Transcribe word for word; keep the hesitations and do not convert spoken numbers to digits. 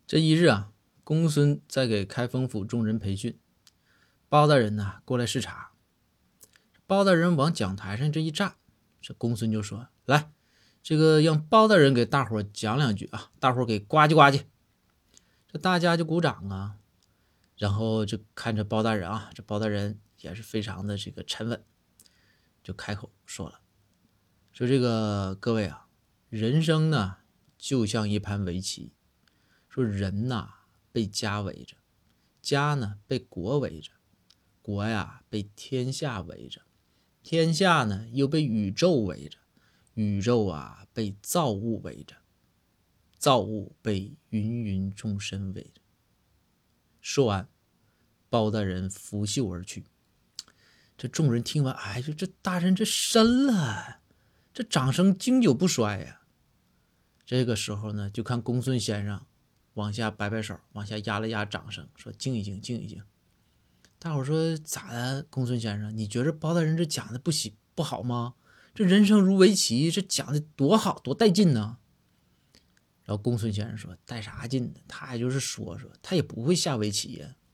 这一日啊，公孙在给开封府众人培训，包大人呢过来视察。包大人往讲台上这一站，这公孙就说：“来，这个让包大人给大伙讲两句啊，大伙给呱唧呱唧。”这大家就鼓掌啊，然后就看着包大人啊，这包大人也是非常的这个沉稳，就开口说了：“说这个各位啊，人生呢就像一盘围棋。”说人呐被家围着，家呢被国围着，国呀被天下围着，天下呢又被宇宙围着，宇宙啊被造物围着，造物被芸芸众生围着。说完，包大人拂袖而去。这众人听完，哎，说这大人这深了，这掌声经久不衰呀、啊。这个时候呢，就看公孙先生往下摆摆手，往下压了压掌声，说静一静，静一静。大伙说咋的，公孙先生，你觉着包大人这讲的不喜不好吗？这人生如围棋，这讲的多好，多带劲呢。然后公孙先生说：“带啥劲呢？他也就是说说，他也不会下围棋呀。”